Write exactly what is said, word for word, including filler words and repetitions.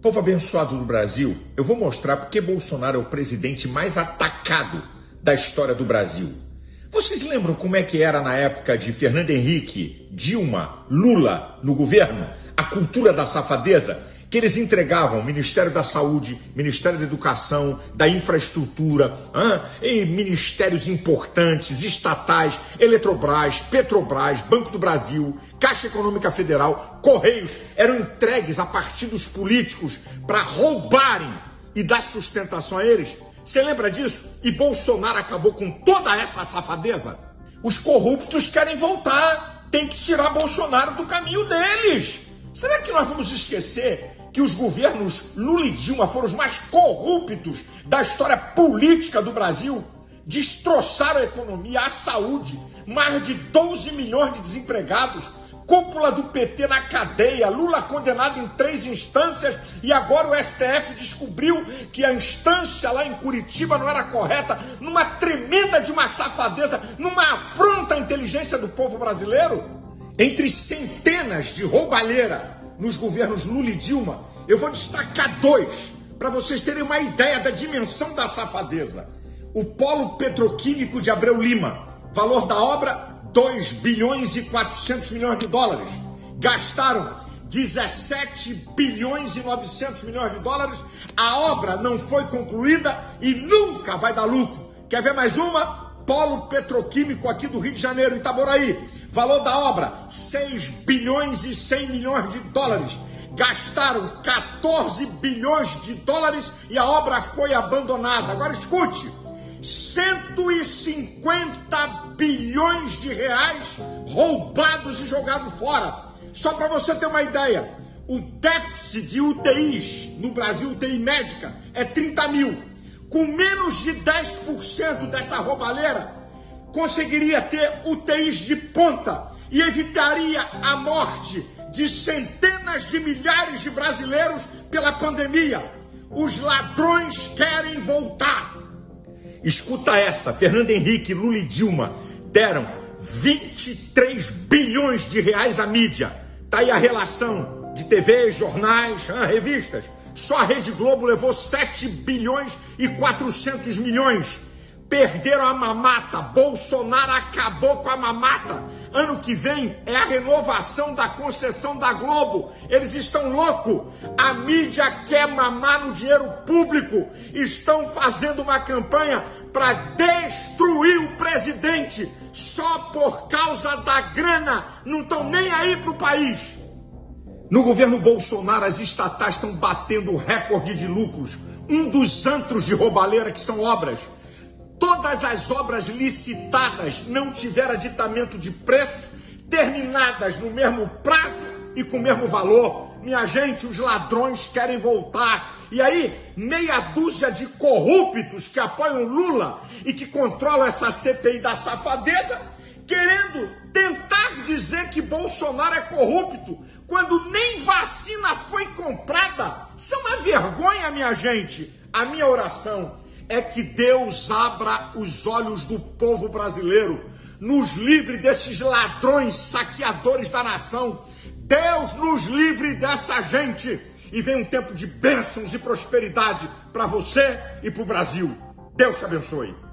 Povo abençoado do Brasil, eu vou mostrar porque Bolsonaro é o presidente mais atacado da história do Brasil. Vocês lembram como é que era na época de Fernando Henrique, Dilma, Lula no governo? A cultura da safadeza que eles entregavam, Ministério da Saúde, Ministério da Educação, da Infraestrutura, hein? E ministérios importantes, estatais, Eletrobras, Petrobras, Banco do Brasil, Caixa Econômica Federal, Correios, eram entregues a partidos políticos para roubarem e dar sustentação a eles. Você lembra disso? E Bolsonaro acabou com toda essa safadeza. Os corruptos querem voltar, tem que tirar Bolsonaro do caminho deles. Será que nós vamos esquecer que os governos Lula e Dilma foram os mais corruptos da história política do Brasil? Destroçaram a economia, a saúde, mais de doze milhões de desempregados, cúpula do P T na cadeia, Lula condenado em três instâncias e agora o S T F descobriu que a instância lá em Curitiba não era correta, numa tremenda de uma safadeza, numa afronta à inteligência do povo brasileiro. Entre centenas de roubalheira nos governos Lula e Dilma, eu vou destacar dois, para vocês terem uma ideia da dimensão da safadeza. O Polo Petroquímico de Abreu Lima, valor da obra, dois bilhões e quatrocentos milhões de dólares. Gastaram dezessete bilhões e novecentos milhões de dólares. A obra não foi concluída e nunca vai dar lucro. Quer ver mais uma? Polo Petroquímico aqui do Rio de Janeiro, Itaboraí. Valor da obra, seis bilhões e cem milhões de dólares. Gastaram quatorze bilhões de dólares e a obra foi abandonada. Agora escute, cento e cinquenta bilhões de reais roubados e jogados fora. Só para você ter uma ideia, o déficit de U T Is no Brasil, U T I médica, é trinta mil. Com menos de dez por cento dessa roubalheira, conseguiria ter U T Is de ponta e evitaria a morte de centenas de milhares de brasileiros pela pandemia. Os ladrões querem voltar. Escuta essa, Fernando Henrique, Lula e Dilma deram vinte e três bilhões de reais à mídia. Tá aí a relação de T V, jornais, hein, revistas. Só a Rede Globo levou sete bilhões e quatrocentos milhões. Perderam a mamata, Bolsonaro acabou com a mamata. Ano que vem é a renovação da concessão da Globo. Eles estão loucos. A mídia quer mamar no dinheiro público. Estão fazendo uma campanha para destruir o presidente. Só por causa da grana. Não estão nem aí para o país. No governo Bolsonaro, as estatais estão batendo recorde de lucros. Um dos antros de roubalheira que são obras. Todas as obras licitadas não tiveram aditamento de preço, terminadas no mesmo prazo e com o mesmo valor. Minha gente, os ladrões querem voltar. E aí, meia dúzia de corruptos que apoiam Lula e que controlam essa C P I da safadeza, querendo tentar dizer que Bolsonaro é corrupto, quando nem vacina foi comprada. Isso é uma vergonha, minha gente. A minha oração é que Deus abra os olhos do povo brasileiro, nos livre desses ladrões saqueadores da nação. Deus nos livre dessa gente e venha um tempo de bênçãos e prosperidade para você e para o Brasil. Deus te abençoe.